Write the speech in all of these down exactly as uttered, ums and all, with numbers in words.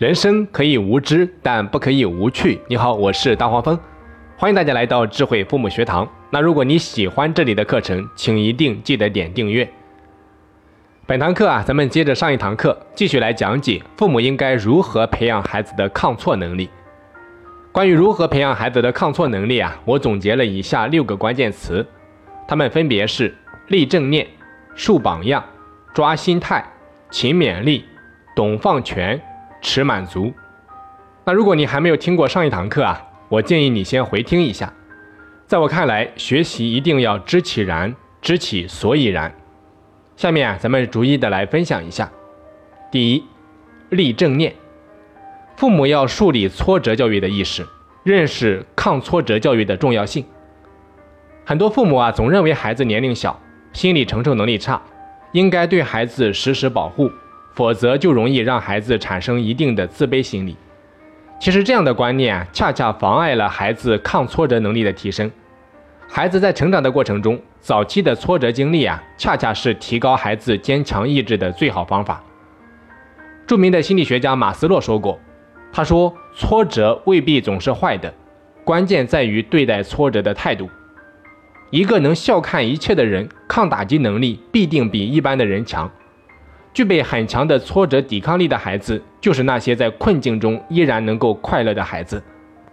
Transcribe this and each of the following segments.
人生可以无知，但不可以无趣。你好，我是大黄蜂，欢迎大家来到智慧父母学堂。那如果你喜欢这里的课程，请一定记得点订阅。本堂课啊，咱们接着上一堂课，继续来讲解父母应该如何培养孩子的抗挫能力。关于如何培养孩子的抗挫能力啊，我总结了以下六个关键词，它们分别是立正念、树榜样、抓心态、勤勉励、懂放权、持满足。那如果你还没有听过上一堂课啊，我建议你先回听一下。在我看来，学习一定要知其然，知其所以然。下面啊，咱们逐一的来分享一下。第一，立正念。父母要树立挫折教育的意识，认识抗挫折教育的重要性。很多父母啊，总认为孩子年龄小，心理承受能力差，应该对孩子实时保护，否则就容易让孩子产生一定的自卑心理。其实这样的观念啊，恰恰妨碍了孩子抗挫折能力的提升。孩子在成长的过程中，早期的挫折经历啊，恰恰是提高孩子坚强意志的最好方法。著名的心理学家马斯洛说过，他说，挫折未必总是坏的，关键在于对待挫折的态度。一个能笑看一切的人，抗打击能力必定比一般的人强。具备很强的挫折抵抗力的孩子，就是那些在困境中依然能够快乐的孩子。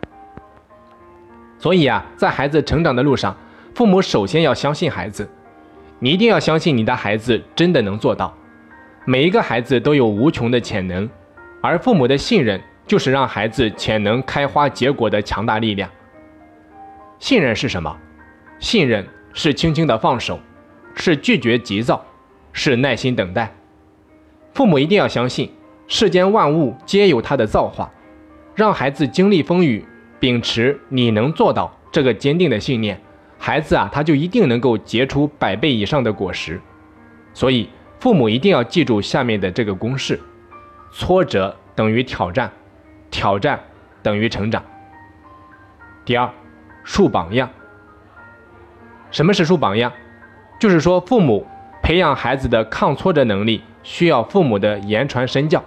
所以啊，在孩子成长的路上，父母首先要相信孩子，你一定要相信你的孩子真的能做到。每一个孩子都有无穷的潜能，而父母的信任就是让孩子潜能开花结果的强大力量。信任是什么？信任是轻轻的放手，是拒绝急躁，是耐心等待。父母一定要相信，世间万物皆有它的造化，让孩子经历风雨，秉持你能做到这个坚定的信念，孩子啊，他就一定能够结出百倍以上的果实。所以，父母一定要记住下面的这个公式：挫折等于挑战，挑战等于成长。第二，树榜样。什么是树榜样？就是说，父母培养孩子的抗挫折能力，需要父母的言传身教。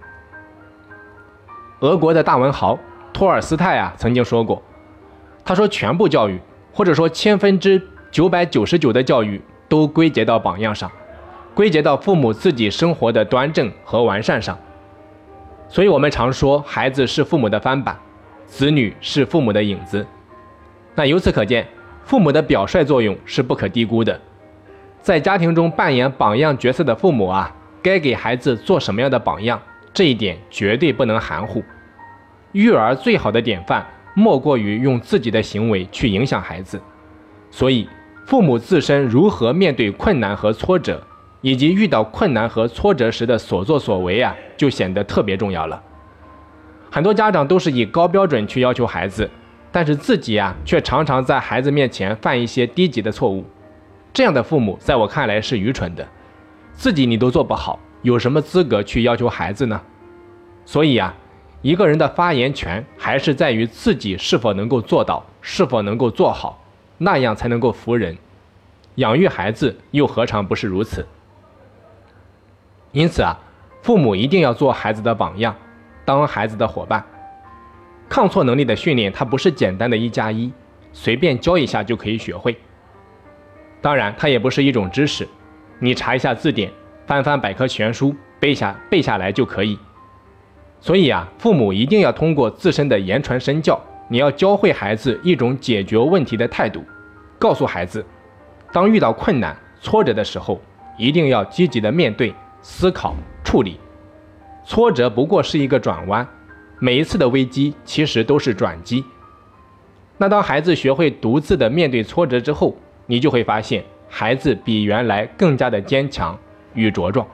俄国的大文豪托尔斯泰啊曾经说过，他说全部教育，或者说千分之九百九十九的教育，都归结到榜样上，归结到父母自己生活的端正和完善上。所以我们常说，孩子是父母的翻版，子女是父母的影子。那由此可见，父母的表率作用是不可低估的。在家庭中扮演榜样角色的父母啊，该给孩子做什么样的榜样，这一点绝对不能含糊。育儿最好的典范，莫过于用自己的行为去影响孩子。所以，父母自身如何面对困难和挫折，以及遇到困难和挫折时的所作所为啊，就显得特别重要了。很多家长都是以高标准去要求孩子，但是自己啊，却常常在孩子面前犯一些低级的错误。这样的父母在我看来是愚蠢的，自己你都做不好，有什么资格去要求孩子呢？所以啊，一个人的发言权还是在于自己是否能够做到，是否能够做好，那样才能够服人。养育孩子又何尝不是如此？因此啊，父母一定要做孩子的榜样，当孩子的伙伴。抗挫能力的训练，它不是简单的一加一，随便教一下就可以学会。当然，它也不是一种知识，你查一下字典，翻翻百科全书，背下背下来就可以。所以啊，父母一定要通过自身的言传身教，你要教会孩子一种解决问题的态度，告诉孩子，当遇到困难、挫折的时候，一定要积极的面对、思考、处理。挫折不过是一个转弯，每一次的危机其实都是转机。那当孩子学会独自的面对挫折之后，你就会发现，孩子比原来更加的坚强与茁壮。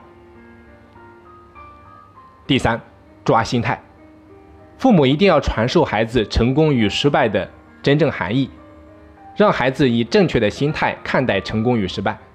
第三，抓心态。父母一定要传授孩子成功与失败的真正含义，让孩子以正确的心态看待成功与失败。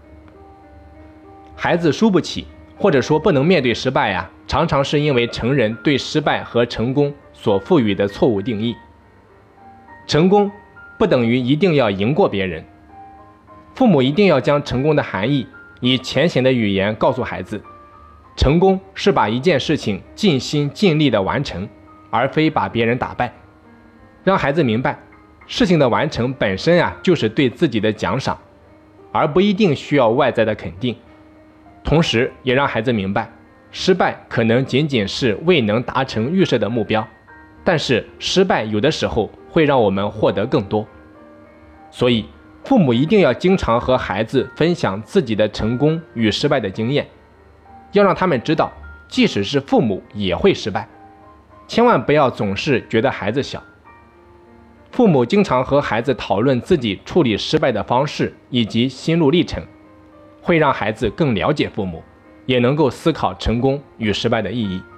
孩子输不起，或者说不能面对失败呀、啊，常常是因为成人对失败和成功所赋予的错误定义。成功不等于一定要赢过别人。父母一定要将成功的含义以浅显的语言告诉孩子， 成功是把一件事情尽心尽力的完成，而非把别人打败。让孩子明白，事情的完成本身啊，就是对自己的奖赏，而不一定需要外在的肯定。同时也让孩子明白，失败可能仅仅是未能达成预设的目标，但是失败有的时候会让我们获得更多。所以父母一定要经常和孩子分享自己的成功与失败的经验，要让他们知道，即使是父母也会失败，千万不要总是觉得孩子小。父母经常和孩子讨论自己处理失败的方式以及心路历程，会让孩子更了解父母，也能够思考成功与失败的意义。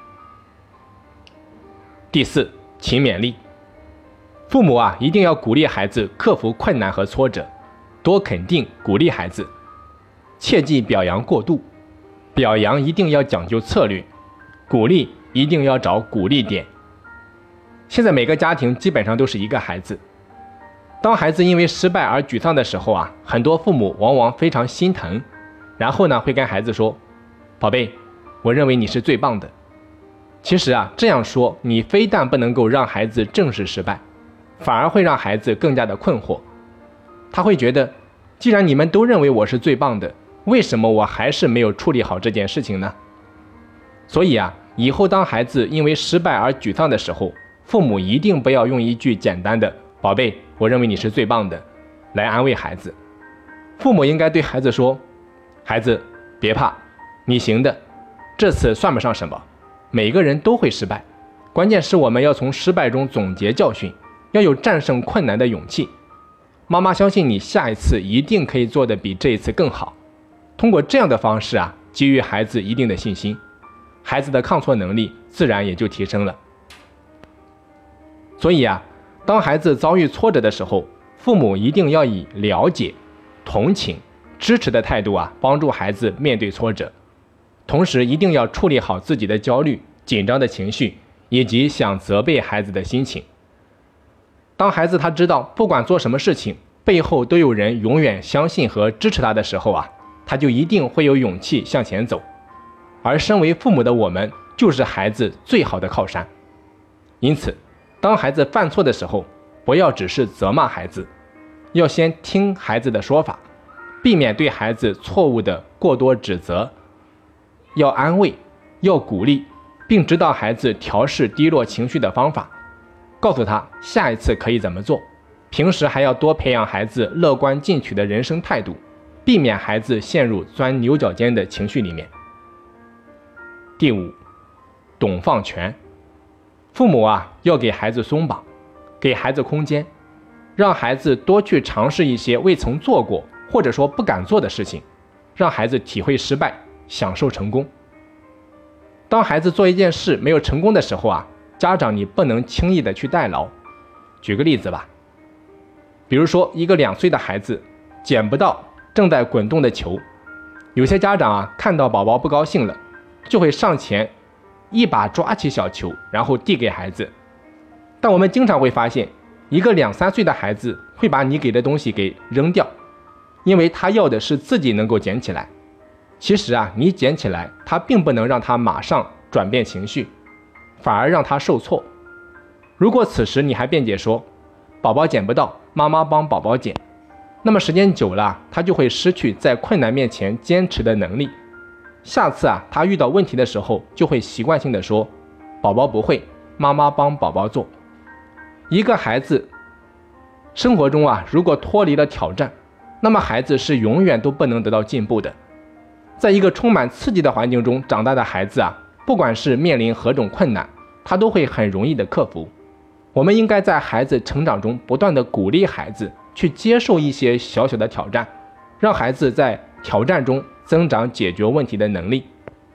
第四，勤勉励。父母啊，一定要鼓励孩子克服困难和挫折，多肯定鼓励孩子，切忌表扬过度。表扬一定要讲究策略，鼓励一定要找鼓励点。现在每个家庭基本上都是一个孩子，当孩子因为失败而沮丧的时候啊，很多父母往往非常心疼，然后呢会跟孩子说，宝贝，我认为你是最棒的。其实啊，这样说你非但不能够让孩子正视失败，反而会让孩子更加的困惑。他会觉得，既然你们都认为我是最棒的，为什么我还是没有处理好这件事情呢？所以啊，以后当孩子因为失败而沮丧的时候，父母一定不要用一句简单的宝贝，我认为你是最棒的来安慰孩子。父母应该对孩子说，孩子别怕，你行的，这次算不上什么，每个人都会失败，关键是我们要从失败中总结教训，要有战胜困难的勇气。妈妈相信你下一次一定可以做得比这一次更好。通过这样的方式啊，给予孩子一定的信心，孩子的抗挫能力自然也就提升了。所以啊，当孩子遭遇挫折的时候，父母一定要以了解、同情、支持的态度啊，帮助孩子面对挫折。同时一定要处理好自己的焦虑、紧张的情绪，以及想责备孩子的心情。当孩子他知道不管做什么事情，背后都有人永远相信和支持他的时候啊，他就一定会有勇气向前走。而身为父母的我们，就是孩子最好的靠山。因此，当孩子犯错的时候，不要只是责骂孩子，要先听孩子的说法，避免对孩子错误的过多指责，要安慰，要鼓励，并指导孩子调试低落情绪的方法，告诉他下一次可以怎么做。平时还要多培养孩子乐观进取的人生态度，避免孩子陷入钻牛角尖的情绪里面。第五，懂放权。父母啊，要给孩子松绑，给孩子空间，让孩子多去尝试一些未曾做过或者说不敢做的事情，让孩子体会失败，享受成功。当孩子做一件事没有成功的时候啊，家长你不能轻易的去代劳。举个例子吧，比如说一个两岁的孩子捡不到正在滚动的球，有些家长啊看到宝宝不高兴了，就会上前一把抓起小球，然后递给孩子。但我们经常会发现，一个两三岁的孩子会把你给的东西给扔掉，因为他要的是自己能够捡起来。其实啊，你捡起来，他并不能让他马上转变情绪，反而让他受挫。如果此时你还辩解说，宝宝捡不到，妈妈帮宝宝捡，那么时间久了，他就会失去在困难面前坚持的能力。下次啊，他遇到问题的时候，就会习惯性的说，宝宝不会，妈妈帮宝宝做。一个孩子生活中啊，如果脱离了挑战，那么孩子是永远都不能得到进步的。在一个充满刺激的环境中长大的孩子啊，不管是面临何种困难，他都会很容易的克服。我们应该在孩子成长中不断的鼓励孩子去接受一些小小的挑战，让孩子在挑战中增长解决问题的能力。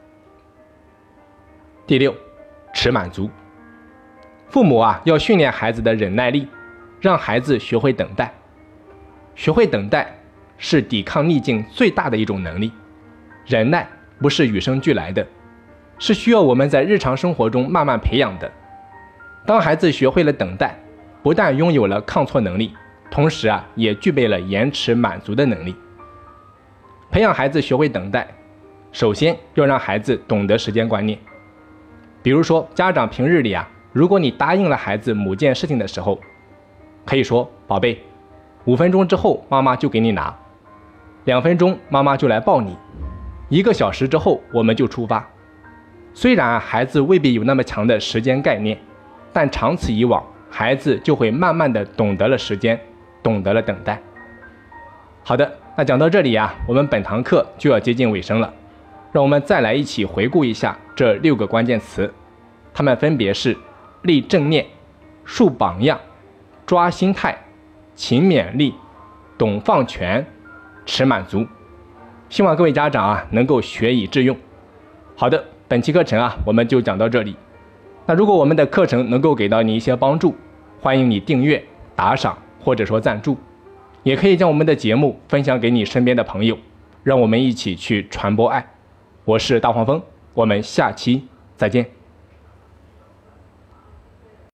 第六，持满足。父母啊，要训练孩子的忍耐力，让孩子学会等待。学会等待是抵抗逆境最大的一种能力。忍耐不是与生俱来的，是需要我们在日常生活中慢慢培养的。当孩子学会了等待，不但拥有了抗挫能力，同时啊，也具备了延迟满足的能力。培养孩子学会等待， 首先要让孩子懂得时间观念。比如说，家长平日里啊，如果你答应了孩子某件事情的时候，可以说：“宝贝，五分钟之后妈妈就给你拿，两分钟妈妈就来抱你，一个小时之后我们就出发。”虽然孩子未必有那么强的时间概念，但长此以往，孩子就会慢慢的懂得了时间，懂得了等待。好的，那讲到这里啊，我们本堂课就要接近尾声了。让我们再来一起回顾一下这六个关键词，它们分别是立正念、树榜样、抓心态、勤勉励、懂放权、持满足。希望各位家长啊能够学以致用。好的，本期课程啊我们就讲到这里。那如果我们的课程能够给到你一些帮助，欢迎你订阅、打赏或者说赞助，也可以将我们的节目分享给你身边的朋友，让我们一起去传播爱。我是大黄蜂，我们下期再见。